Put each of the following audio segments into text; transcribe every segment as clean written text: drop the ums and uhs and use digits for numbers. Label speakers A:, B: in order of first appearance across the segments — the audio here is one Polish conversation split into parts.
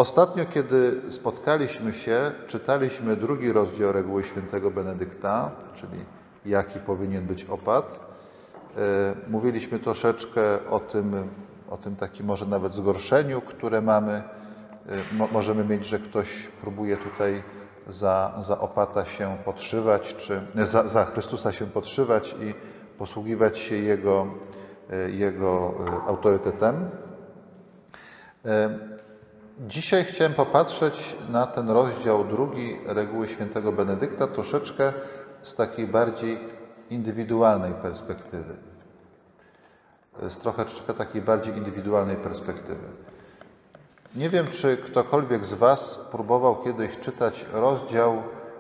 A: Ostatnio, kiedy spotkaliśmy się, czytaliśmy drugi rozdział Reguły Świętego Benedykta, czyli jaki powinien być opat. Mówiliśmy troszeczkę o tym takim może nawet zgorszeniu, które mamy. Możemy mieć, że ktoś próbuje tutaj za opata się podszywać, czy za Chrystusa się podszywać i posługiwać się Jego autorytetem. Dzisiaj chciałem popatrzeć na ten rozdział drugi Reguły Świętego Benedykta troszeczkę z takiej bardziej indywidualnej perspektywy. Z troszeczkę takiej bardziej indywidualnej perspektywy. Nie wiem, czy ktokolwiek z Was próbował kiedyś czytać rozdział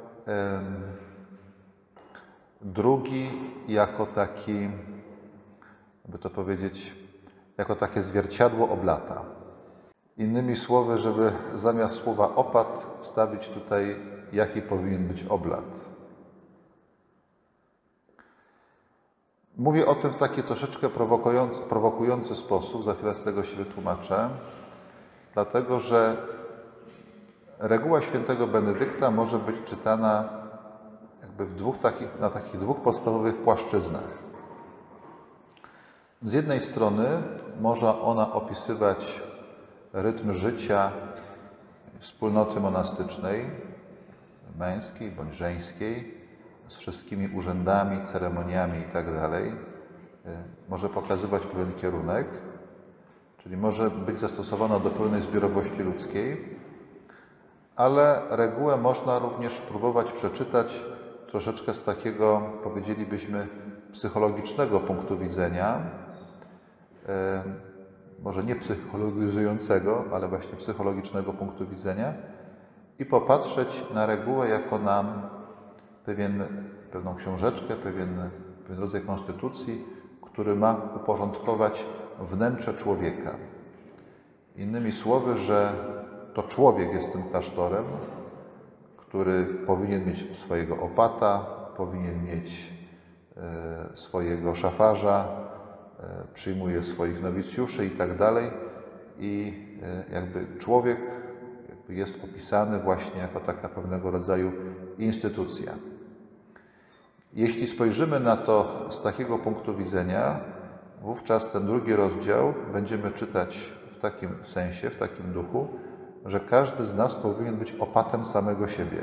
A: drugi jako taki, by to powiedzieć, jako takie zwierciadło oblata. Innymi słowy, żeby zamiast słowa opat wstawić tutaj, jaki powinien być oblat. Mówię o tym w taki troszeczkę prowokujący sposób, za chwilę z tego się wytłumaczę, dlatego że reguła Świętego Benedykta może być czytana jakby na takich dwóch podstawowych płaszczyznach. Z jednej strony może ona opisywać rytm życia wspólnoty monastycznej, męskiej bądź żeńskiej, z wszystkimi urzędami, ceremoniami itd. Może pokazywać pewien kierunek, czyli może być zastosowana do pełnej zbiorowości ludzkiej, ale regułę można również próbować przeczytać troszeczkę z takiego, powiedzielibyśmy, psychologicznego punktu widzenia, może nie psychologizującego, ale właśnie psychologicznego punktu widzenia i popatrzeć na regułę jako na pewną książeczkę, pewien rodzaj konstytucji, który ma uporządkować wnętrze człowieka. Innymi słowy, że to człowiek jest tym klasztorem, który powinien mieć swojego opata, powinien mieć swojego szafarza, przyjmuje swoich nowicjuszy i tak dalej. I jakby człowiek jest opisany właśnie jako taka pewnego rodzaju instytucja. Jeśli spojrzymy na to z takiego punktu widzenia, wówczas ten drugi rozdział będziemy czytać w takim sensie, w takim duchu, że każdy z nas powinien być opatem samego siebie.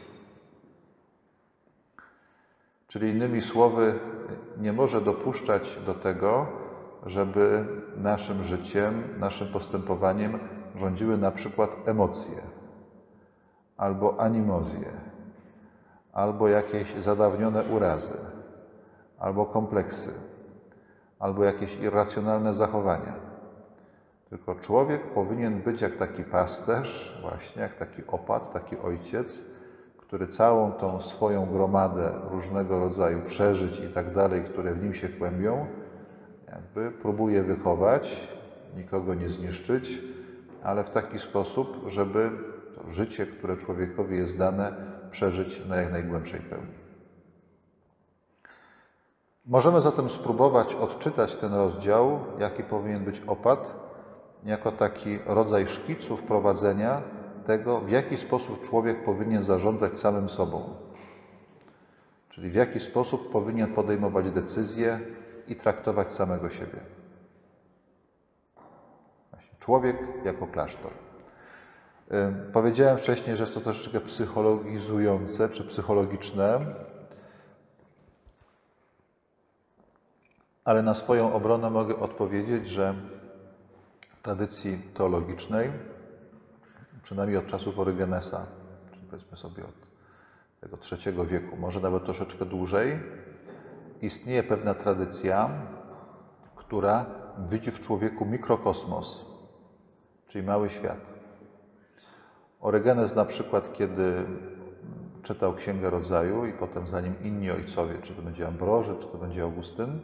A: Czyli innymi słowy, nie może dopuszczać do tego, żeby naszym życiem, naszym postępowaniem rządziły na przykład emocje, albo animozje, albo jakieś zadawnione urazy, albo kompleksy, albo jakieś irracjonalne zachowania. Tylko człowiek powinien być jak taki pasterz, właśnie jak taki opat, taki ojciec, który całą tą swoją gromadę różnego rodzaju przeżyć i tak dalej, które w nim się kłębią, jakby próbuje wychować, nikogo nie zniszczyć, ale w taki sposób, żeby to życie, które człowiekowi jest dane, przeżyć na jak najgłębszej pełni. Możemy zatem spróbować odczytać ten rozdział, jaki powinien być opat, jako taki rodzaj szkicu wprowadzenia tego, w jaki sposób człowiek powinien zarządzać samym sobą. Czyli w jaki sposób powinien podejmować decyzje i traktować samego siebie. Właśnie człowiek jako klasztor. Powiedziałem wcześniej, że jest to troszeczkę psychologizujące czy psychologiczne, ale na swoją obronę mogę odpowiedzieć, że w tradycji teologicznej, przynajmniej od czasów Orygenesa, czyli powiedzmy sobie od tego III wieku, może nawet troszeczkę dłużej, istnieje pewna tradycja, która widzi w człowieku mikrokosmos, czyli mały świat. Orygenes na przykład, kiedy czytał Księgę Rodzaju i potem za nim inni ojcowie, czy to będzie Ambroży, czy to będzie Augustyn,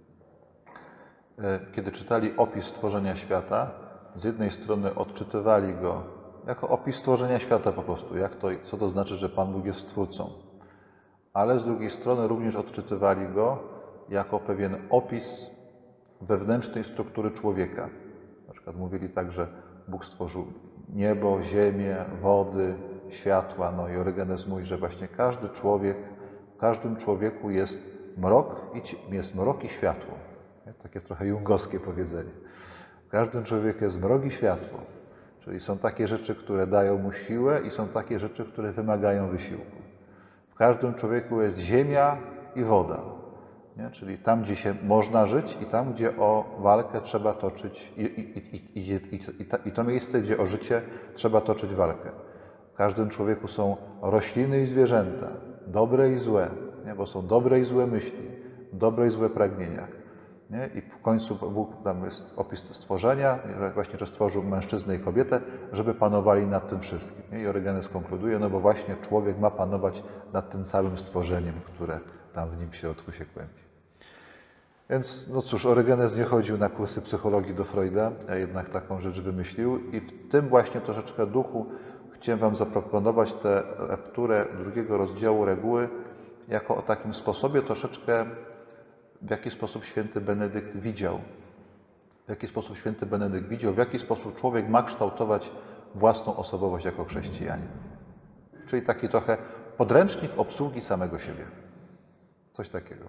A: kiedy czytali opis stworzenia świata, z jednej strony odczytywali go jako opis stworzenia świata po prostu, co to znaczy, że Pan Bóg jest Stwórcą. Ale z drugiej strony również odczytywali go jako pewien opis wewnętrznej struktury człowieka. Na przykład mówili tak, że Bóg stworzył niebo, ziemię, wody, światła. No i Orygenes mówi, że właśnie każdy człowiek, w każdym człowieku jest mrok i światło. Nie? Takie trochę jungowskie powiedzenie. W każdym człowieku jest mrok i światło. Czyli są takie rzeczy, które dają mu siłę i są takie rzeczy, które wymagają wysiłku. W każdym człowieku jest ziemia i woda. Nie? Czyli tam, gdzie się można żyć i tam, gdzie o walkę trzeba toczyć i to miejsce, gdzie o życie trzeba toczyć walkę. W każdym człowieku są rośliny i zwierzęta, dobre i złe, nie? Bo są dobre i złe myśli, dobre i złe pragnienia. Nie? I w końcu Bóg, tam jest opis stworzenia, że stworzył mężczyznę i kobietę, żeby panowali nad tym wszystkim. Nie? I Orygenes konkluduje, no bo właśnie człowiek ma panować nad tym całym stworzeniem, które tam w nim w środku się kłębi. Więc, no cóż, Orygenes nie chodził na kursy psychologii do Freuda, a jednak taką rzecz wymyślił i w tym właśnie troszeczkę duchu chciałem wam zaproponować tę lekturę drugiego rozdziału Reguły jako o takim sposobie troszeczkę, w jaki sposób święty Benedykt widział. W jaki sposób święty Benedykt widział, w jaki sposób człowiek ma kształtować własną osobowość jako chrześcijanin. Czyli taki trochę podręcznik obsługi samego siebie. Coś takiego.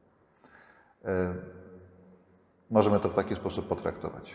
A: Możemy to w taki sposób potraktować.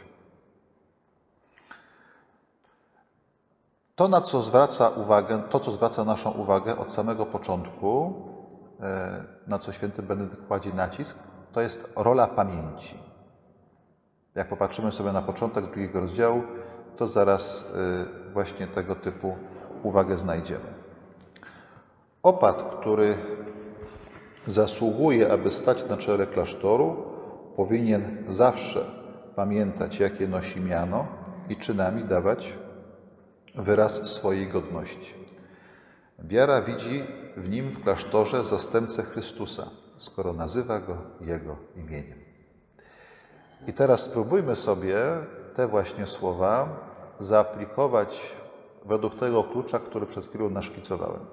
A: To, na co zwraca uwagę, to, co zwraca naszą uwagę od samego początku, na co święty Benedykt kładzie nacisk, to jest rola pamięci. Jak popatrzymy sobie na początek drugiego rozdziału, to zaraz właśnie tego typu uwagę znajdziemy. Opat, który zasługuje, aby stać na czele klasztoru, powinien zawsze pamiętać, jakie nosi miano i czynami dawać wyraz swojej godności. Wiara widzi w nim w klasztorze zastępcę Chrystusa, skoro nazywa go Jego imieniem. I teraz spróbujmy sobie te właśnie słowa zaaplikować według tego klucza, który przed chwilą naszkicowałem.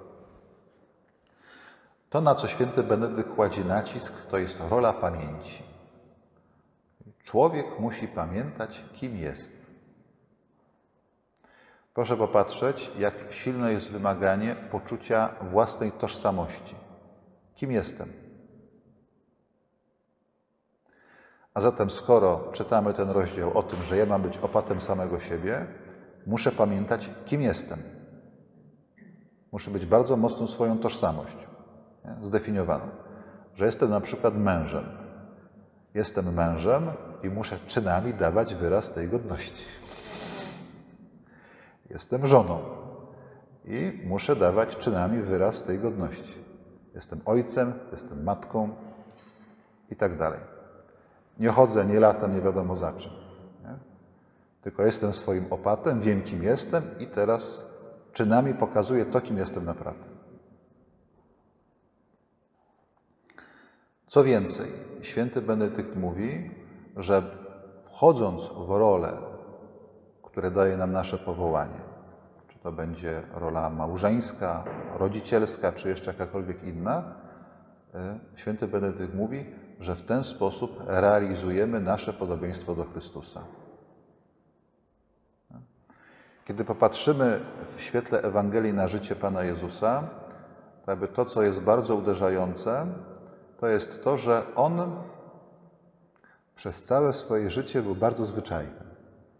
A: To, na co święty Benedykt kładzie nacisk, to jest rola pamięci. Człowiek musi pamiętać, kim jest. Proszę popatrzeć, jak silne jest wymaganie poczucia własnej tożsamości. Kim jestem? A zatem, skoro czytamy ten rozdział o tym, że ja mam być opatem samego siebie, muszę pamiętać, kim jestem. Muszę być bardzo mocną swoją tożsamość zdefiniowaną. Że jestem na przykład mężem. Jestem mężem i muszę czynami dawać wyraz tej godności. Jestem żoną i muszę dawać czynami wyraz tej godności. Jestem ojcem, jestem matką i tak dalej. Nie chodzę, nie latam, nie wiadomo za czym. Nie? Tylko jestem swoim opatem, wiem, kim jestem i teraz czynami pokazuję to, kim jestem naprawdę. Co więcej, święty Benedykt mówi, że wchodząc w rolę, które daje nam nasze powołanie, czy to będzie rola małżeńska, rodzicielska, czy jeszcze jakakolwiek inna, święty Benedykt mówi, że w ten sposób realizujemy nasze podobieństwo do Chrystusa. Kiedy popatrzymy w świetle Ewangelii na życie Pana Jezusa, to jakby to, co jest bardzo uderzające, to jest to, że On przez całe swoje życie był bardzo zwyczajny.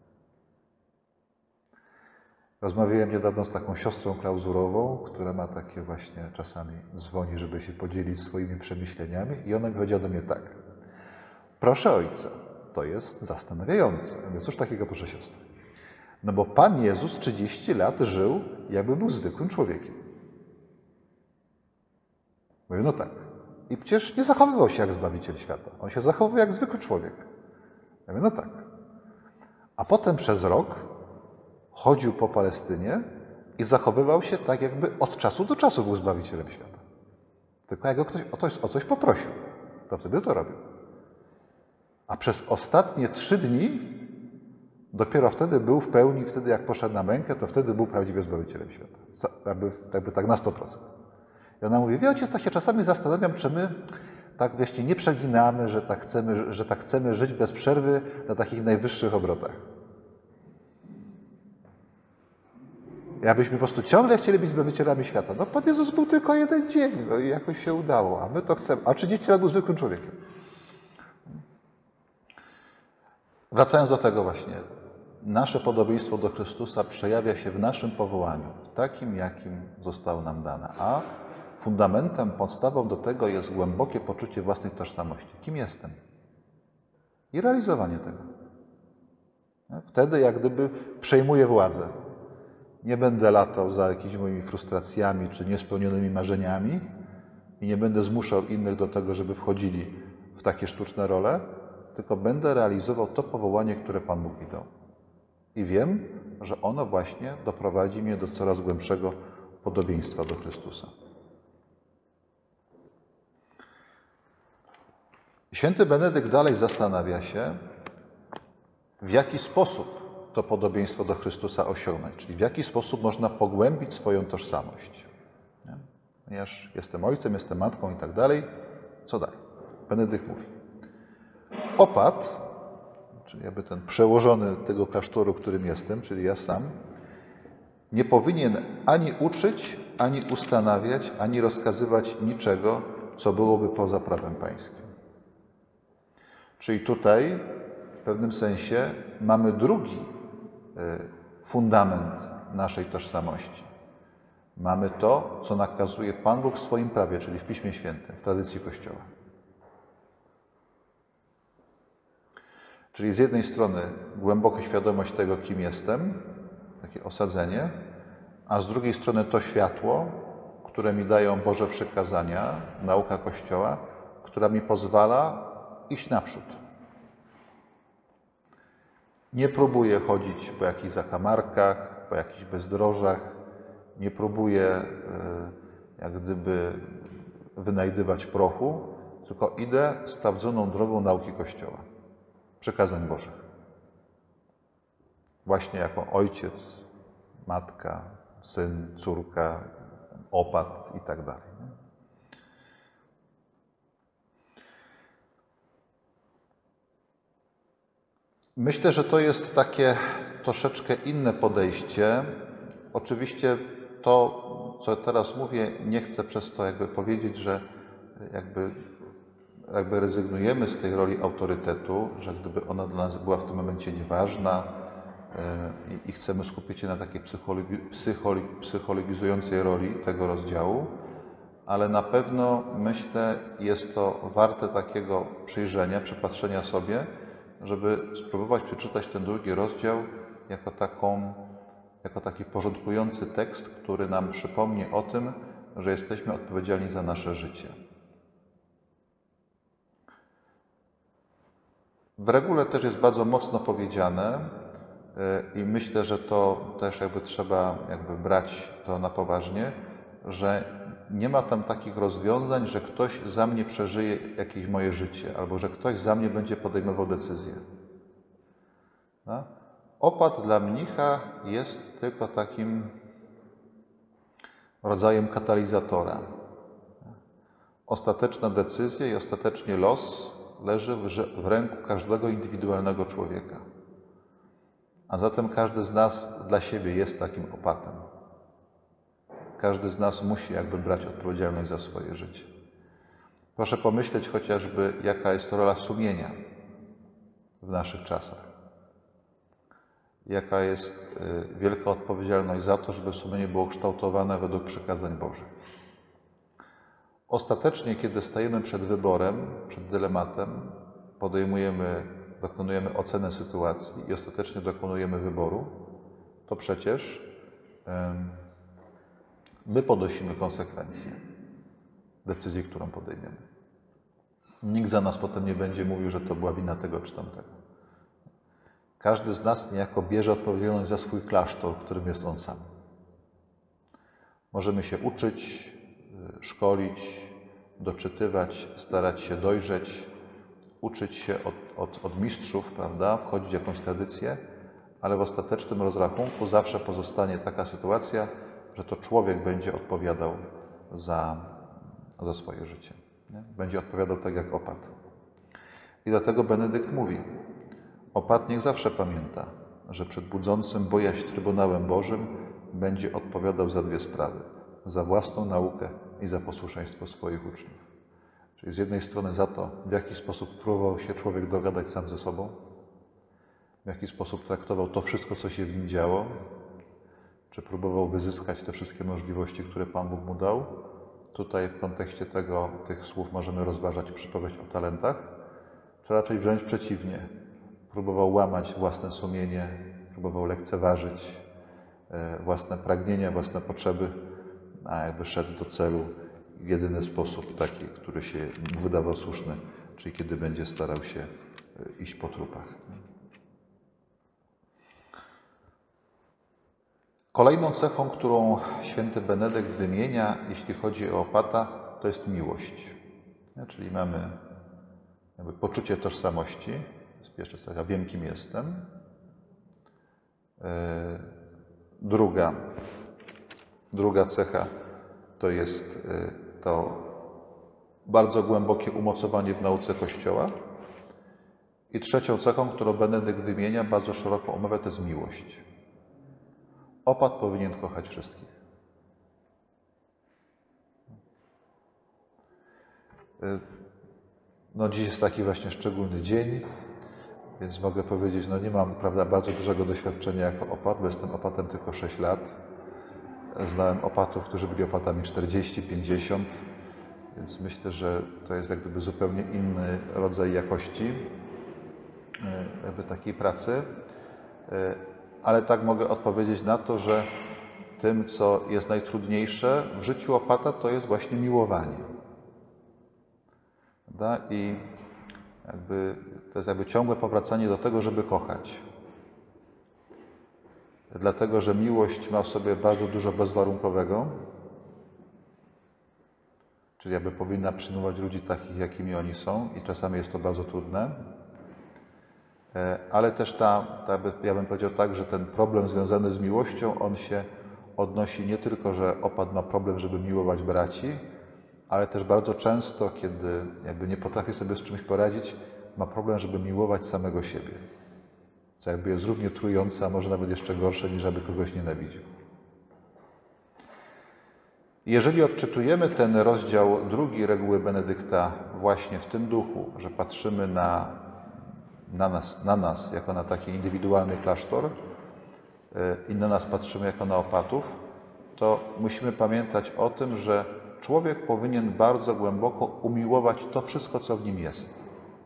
A: Rozmawiałem niedawno z taką siostrą klauzurową, która ma takie właśnie, czasami dzwoni, żeby się podzielić swoimi przemyśleniami i ona mi powiedziała do mnie tak. Proszę ojca, to jest zastanawiające. Ja mówię, cóż takiego, proszę siostry? No bo Pan Jezus 30 lat żył, jakby był zwykłym człowiekiem. Mówię, no tak. I przecież nie zachowywał się jak Zbawiciel świata. On się zachowywał jak zwykły człowiek. Ja mówię, no tak. A potem przez rok chodził po Palestynie i zachowywał się tak, jakby od czasu do czasu był Zbawicielem świata. Tylko jak go ktoś o coś poprosił, to wtedy to robił. A przez ostatnie 3 dni dopiero wtedy był w pełni, wtedy jak poszedł na mękę, to wtedy był prawdziwie Zbawicielem świata. Jakby tak na 100%. I ona mówi, wie ojciec, tak się czasami zastanawiam, czy my tak właśnie nie przeginamy, że tak chcemy żyć bez przerwy na takich najwyższych obrotach. Jakbyśmy po prostu ciągle chcieli być zbawicielami świata. No Pan Jezus był tylko jeden dzień, no i jakoś się udało, a my to chcemy. A 30 lat był zwykłym człowiekiem. Wracając do tego właśnie, nasze podobieństwo do Chrystusa przejawia się w naszym powołaniu, w takim, jakim zostało nam dane. A fundamentem, podstawą do tego jest głębokie poczucie własnej tożsamości. Kim jestem? I realizowanie tego. Wtedy jak gdyby przejmuję władzę. Nie będę latał za jakimiś moimi frustracjami czy niespełnionymi marzeniami i nie będę zmuszał innych do tego, żeby wchodzili w takie sztuczne role, tylko będę realizował to powołanie, które Pan Bóg mi dał. I wiem, że ono właśnie doprowadzi mnie do coraz głębszego podobieństwa do Chrystusa. Święty Benedykt dalej zastanawia się, w jaki sposób to podobieństwo do Chrystusa osiągnąć, czyli w jaki sposób można pogłębić swoją tożsamość. Nie? Ponieważ jestem ojcem, jestem matką i tak dalej, co dalej? Benedykt mówi. Opat, czyli jakby ten przełożony tego klasztoru, którym jestem, czyli ja sam, nie powinien ani uczyć, ani ustanawiać, ani rozkazywać niczego, co byłoby poza prawem pańskim. Czyli tutaj w pewnym sensie mamy drugi fundament naszej tożsamości. Mamy to, co nakazuje Pan Bóg w swoim prawie, czyli w Piśmie Świętym, w tradycji Kościoła. Czyli z jednej strony głęboka świadomość tego, kim jestem, takie osadzenie, a z drugiej strony to światło, które mi dają Boże przykazania, nauka Kościoła, która mi pozwala iść naprzód. Nie próbuję chodzić po jakichś zakamarkach, po jakichś bezdrożach, nie próbuję jak gdyby wynajdywać prochu, tylko idę sprawdzoną drogą nauki Kościoła, przykazań Bożych. Właśnie jako ojciec, matka, syn, córka, opat i tak dalej. Myślę, że to jest takie troszeczkę inne podejście. Oczywiście to, co teraz mówię, nie chcę przez to jakby powiedzieć, że jakby rezygnujemy z tej roli autorytetu, że gdyby ona dla nas była w tym momencie nieważna i chcemy skupić się na takiej psychologizującej roli tego rozdziału, ale na pewno myślę, jest to warte takiego przyjrzenia, przypatrzenia sobie, żeby spróbować przeczytać ten drugi rozdział jako taki porządkujący tekst, który nam przypomni o tym, że jesteśmy odpowiedzialni za nasze życie. W regule też jest bardzo mocno powiedziane i myślę, że to też trzeba brać to na poważnie, że nie ma tam takich rozwiązań, że ktoś za mnie przeżyje jakieś moje życie, albo że ktoś za mnie będzie podejmował decyzje. No? Opat dla mnicha jest tylko takim rodzajem katalizatora. Ostateczna decyzja i ostatecznie los leży w ręku każdego indywidualnego człowieka. A zatem każdy z nas dla siebie jest takim opatem. Każdy z nas musi brać odpowiedzialność za swoje życie. Proszę pomyśleć chociażby, jaka jest rola sumienia w naszych czasach. Jaka jest wielka odpowiedzialność za to, żeby sumienie było kształtowane według przykazań Bożych. Ostatecznie, kiedy stajemy przed wyborem, przed dylematem, dokonujemy oceny sytuacji i ostatecznie dokonujemy wyboru, to przecież my ponosimy konsekwencje decyzji, którą podejmiemy. Nikt za nas potem nie będzie mówił, że to była wina tego czy tamtego. Każdy z nas niejako bierze odpowiedzialność za swój klasztor, którym jest on sam. Możemy się uczyć, szkolić, doczytywać, starać się dojrzeć, uczyć się od mistrzów, prawda, wchodzić w jakąś tradycję, ale w ostatecznym rozrachunku zawsze pozostanie taka sytuacja, że to człowiek będzie odpowiadał za swoje życie. Nie? Będzie odpowiadał tak jak opat. I dlatego Benedykt mówi, opat niech zawsze pamięta, że przed budzącym bojaźń Trybunałem Bożym będzie odpowiadał za dwie sprawy. Za własną naukę i za posłuszeństwo swoich uczniów. Czyli z jednej strony za to, w jaki sposób próbował się człowiek dogadać sam ze sobą, w jaki sposób traktował to wszystko, co się w nim działo, czy próbował wyzyskać te wszystkie możliwości, które Pan Bóg mu dał. Tutaj w kontekście tych słów możemy rozważać przypowieść o talentach, czy raczej wręcz przeciwnie. Próbował łamać własne sumienie, próbował lekceważyć własne pragnienia, własne potrzeby, a jakby szedł do celu w jedyny sposób taki, który się mu wydawał słuszny, czyli kiedy będzie starał się iść po trupach. Kolejną cechą, którą święty Benedykt wymienia, jeśli chodzi o opata, to jest miłość. Czyli mamy jakby poczucie tożsamości. To jest pierwsza cecha, wiem, kim jestem. Druga cecha to jest to bardzo głębokie umocowanie w nauce Kościoła. I trzecią cechą, którą Benedykt wymienia, bardzo szeroko omawia, to jest miłość. Opat powinien kochać wszystkich. Dziś jest taki właśnie szczególny dzień, więc mogę powiedzieć, nie mam, bardzo dużego doświadczenia jako opat, bo jestem opatem tylko 6 lat. Znałem opatów, którzy byli opatami 40, 50, więc myślę, że to jest jak gdyby zupełnie inny rodzaj jakości takiej pracy. Ale tak mogę odpowiedzieć na to, że tym, co jest najtrudniejsze w życiu opata, to jest właśnie miłowanie. Prawda? I to jest ciągłe powracanie do tego, żeby kochać. Dlatego, że miłość ma w sobie bardzo dużo bezwarunkowego, czyli powinna przyjmować ludzi takich, jakimi oni są, i czasami jest to bardzo trudne. Ale też ja bym powiedział tak, że ten problem związany z miłością, on się odnosi nie tylko, że opat ma problem, żeby miłować braci, ale też bardzo często, kiedy nie potrafi sobie z czymś poradzić, ma problem, żeby miłować samego siebie. Co jest równie trujące, a może nawet jeszcze gorsze, niż aby kogoś nienawidził. Jeżeli odczytujemy ten rozdział 2 reguły Benedykta właśnie w tym duchu, że patrzymy na nas jako na taki indywidualny klasztor i na nas patrzymy jako na opatów, to musimy pamiętać o tym, że człowiek powinien bardzo głęboko umiłować to wszystko, co w nim jest.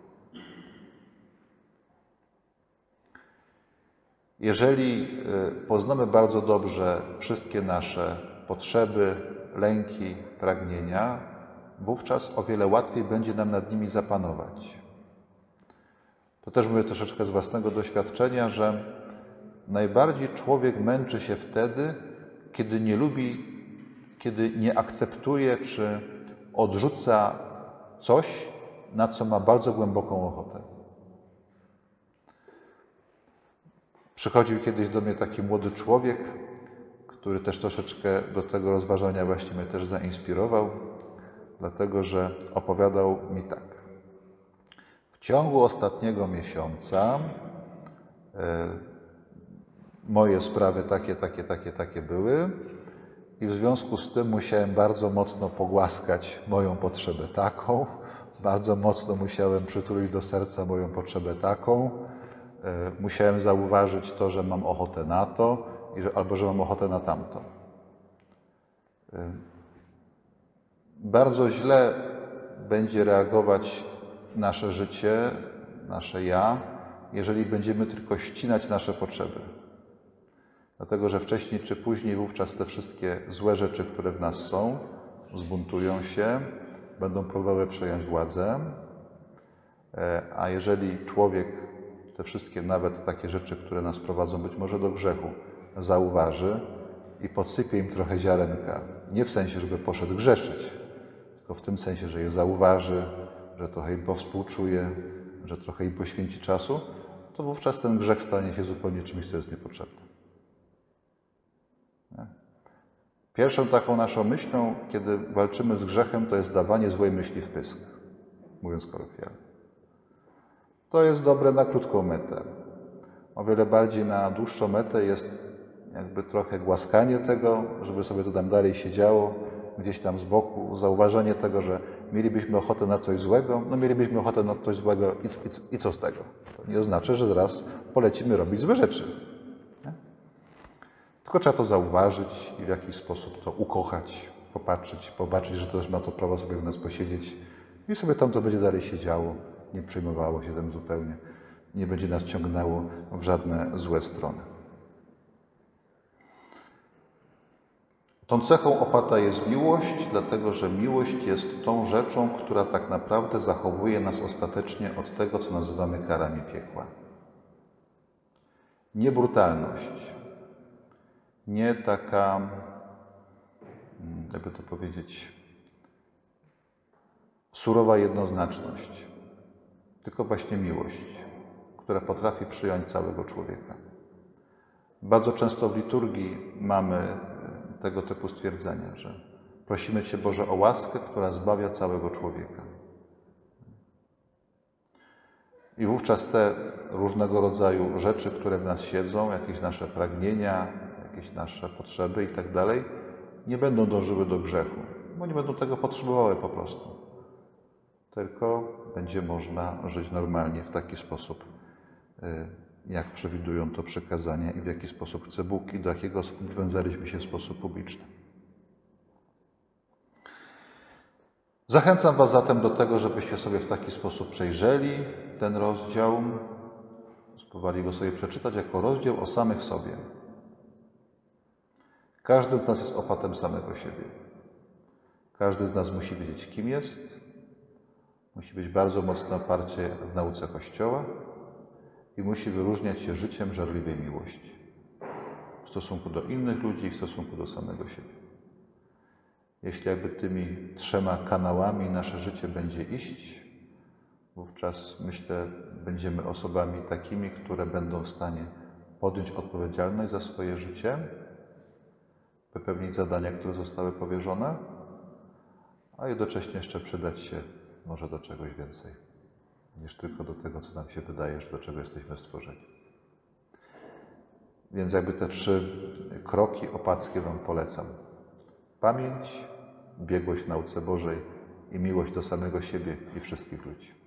A: Jeżeli poznamy bardzo dobrze wszystkie nasze potrzeby, lęki, pragnienia, wówczas o wiele łatwiej będzie nam nad nimi zapanować. To też mówię troszeczkę z własnego doświadczenia, że najbardziej człowiek męczy się wtedy, kiedy nie lubi, kiedy nie akceptuje czy odrzuca coś, na co ma bardzo głęboką ochotę. Przychodził kiedyś do mnie taki młody człowiek, który też troszeczkę do tego rozważania właśnie mnie też zainspirował, dlatego że opowiadał mi tak. W ciągu ostatniego miesiąca moje sprawy takie były i w związku z tym musiałem bardzo mocno pogłaskać moją potrzebę taką, bardzo mocno musiałem przytulić do serca moją potrzebę taką, musiałem zauważyć to, że mam ochotę na to, albo że mam ochotę na tamto. Bardzo źle będzie reagować nasze życie, nasze ja, jeżeli będziemy tylko ścinać nasze potrzeby. Dlatego, że wcześniej czy później wówczas te wszystkie złe rzeczy, które w nas są, zbuntują się, będą próbowały przejąć władzę, a jeżeli człowiek te wszystkie, nawet takie rzeczy, które nas prowadzą być może do grzechu, zauważy i podsypie im trochę ziarenka, nie w sensie, żeby poszedł grzeszyć, tylko w tym sensie, że je zauważy, że trochę im powspółczuje, że trochę im poświęci czasu, to wówczas ten grzech stanie się zupełnie czymś, co jest niepotrzebne. Pierwszą taką naszą myślą, kiedy walczymy z grzechem, to jest dawanie złej myśli w pysk, mówiąc kolokwialnie. To jest dobre na krótką metę. O wiele bardziej na dłuższą metę jest jakby trochę głaskanie tego, żeby sobie to tam dalej się działo, gdzieś tam z boku, zauważenie tego, że mielibyśmy ochotę na coś złego, no mielibyśmy ochotę na coś złego i co z tego? To nie oznacza, że zaraz polecimy robić złe rzeczy. Nie? Tylko trzeba to zauważyć i w jakiś sposób to ukochać, popatrzeć, że to też ma to prawo sobie w nas posiedzieć i sobie tam to będzie dalej się działo, nie przejmowało się tym zupełnie, nie będzie nas ciągnęło w żadne złe strony. Tą cechą opata jest miłość, dlatego że miłość jest tą rzeczą, która tak naprawdę zachowuje nas ostatecznie od tego, co nazywamy karami piekła. Nie brutalność, nie taka, jakby to powiedzieć, surowa jednoznaczność, tylko właśnie miłość, która potrafi przyjąć całego człowieka. Bardzo często w liturgii mamy tego typu stwierdzenia, że prosimy Cię, Boże, o łaskę, która zbawia całego człowieka. I wówczas te różnego rodzaju rzeczy, które w nas siedzą, jakieś nasze pragnienia, jakieś nasze potrzeby i tak dalej, nie będą dążyły do grzechu, bo nie będą tego potrzebowały po prostu. Tylko będzie można żyć normalnie w taki sposób, jak przewidują to przykazania i w jaki sposób chce Bóg i do jakiego wywiązaliśmy się w sposób publiczny. Zachęcam Was zatem do tego, żebyście sobie w taki sposób przejrzeli ten rozdział, spróbowali go sobie przeczytać jako rozdział o samych sobie. Każdy z nas jest opatem samego siebie. Każdy z nas musi wiedzieć, kim jest, musi być bardzo mocno oparcie w nauce Kościoła i musi wyróżniać się życiem żarliwej miłości w stosunku do innych ludzi i w stosunku do samego siebie. Jeśli jakby tymi 3 kanałami nasze życie będzie iść, wówczas myślę, będziemy osobami takimi, które będą w stanie podjąć odpowiedzialność za swoje życie, wypełnić zadania, które zostały powierzone, a jednocześnie jeszcze przydać się może do czegoś więcej, niż tylko do tego, co nam się wydaje, że do czego jesteśmy stworzeni. Więc jakby te 3 kroki opackie Wam polecam. Pamięć, biegłość w nauce Bożej i miłość do samego siebie i wszystkich ludzi.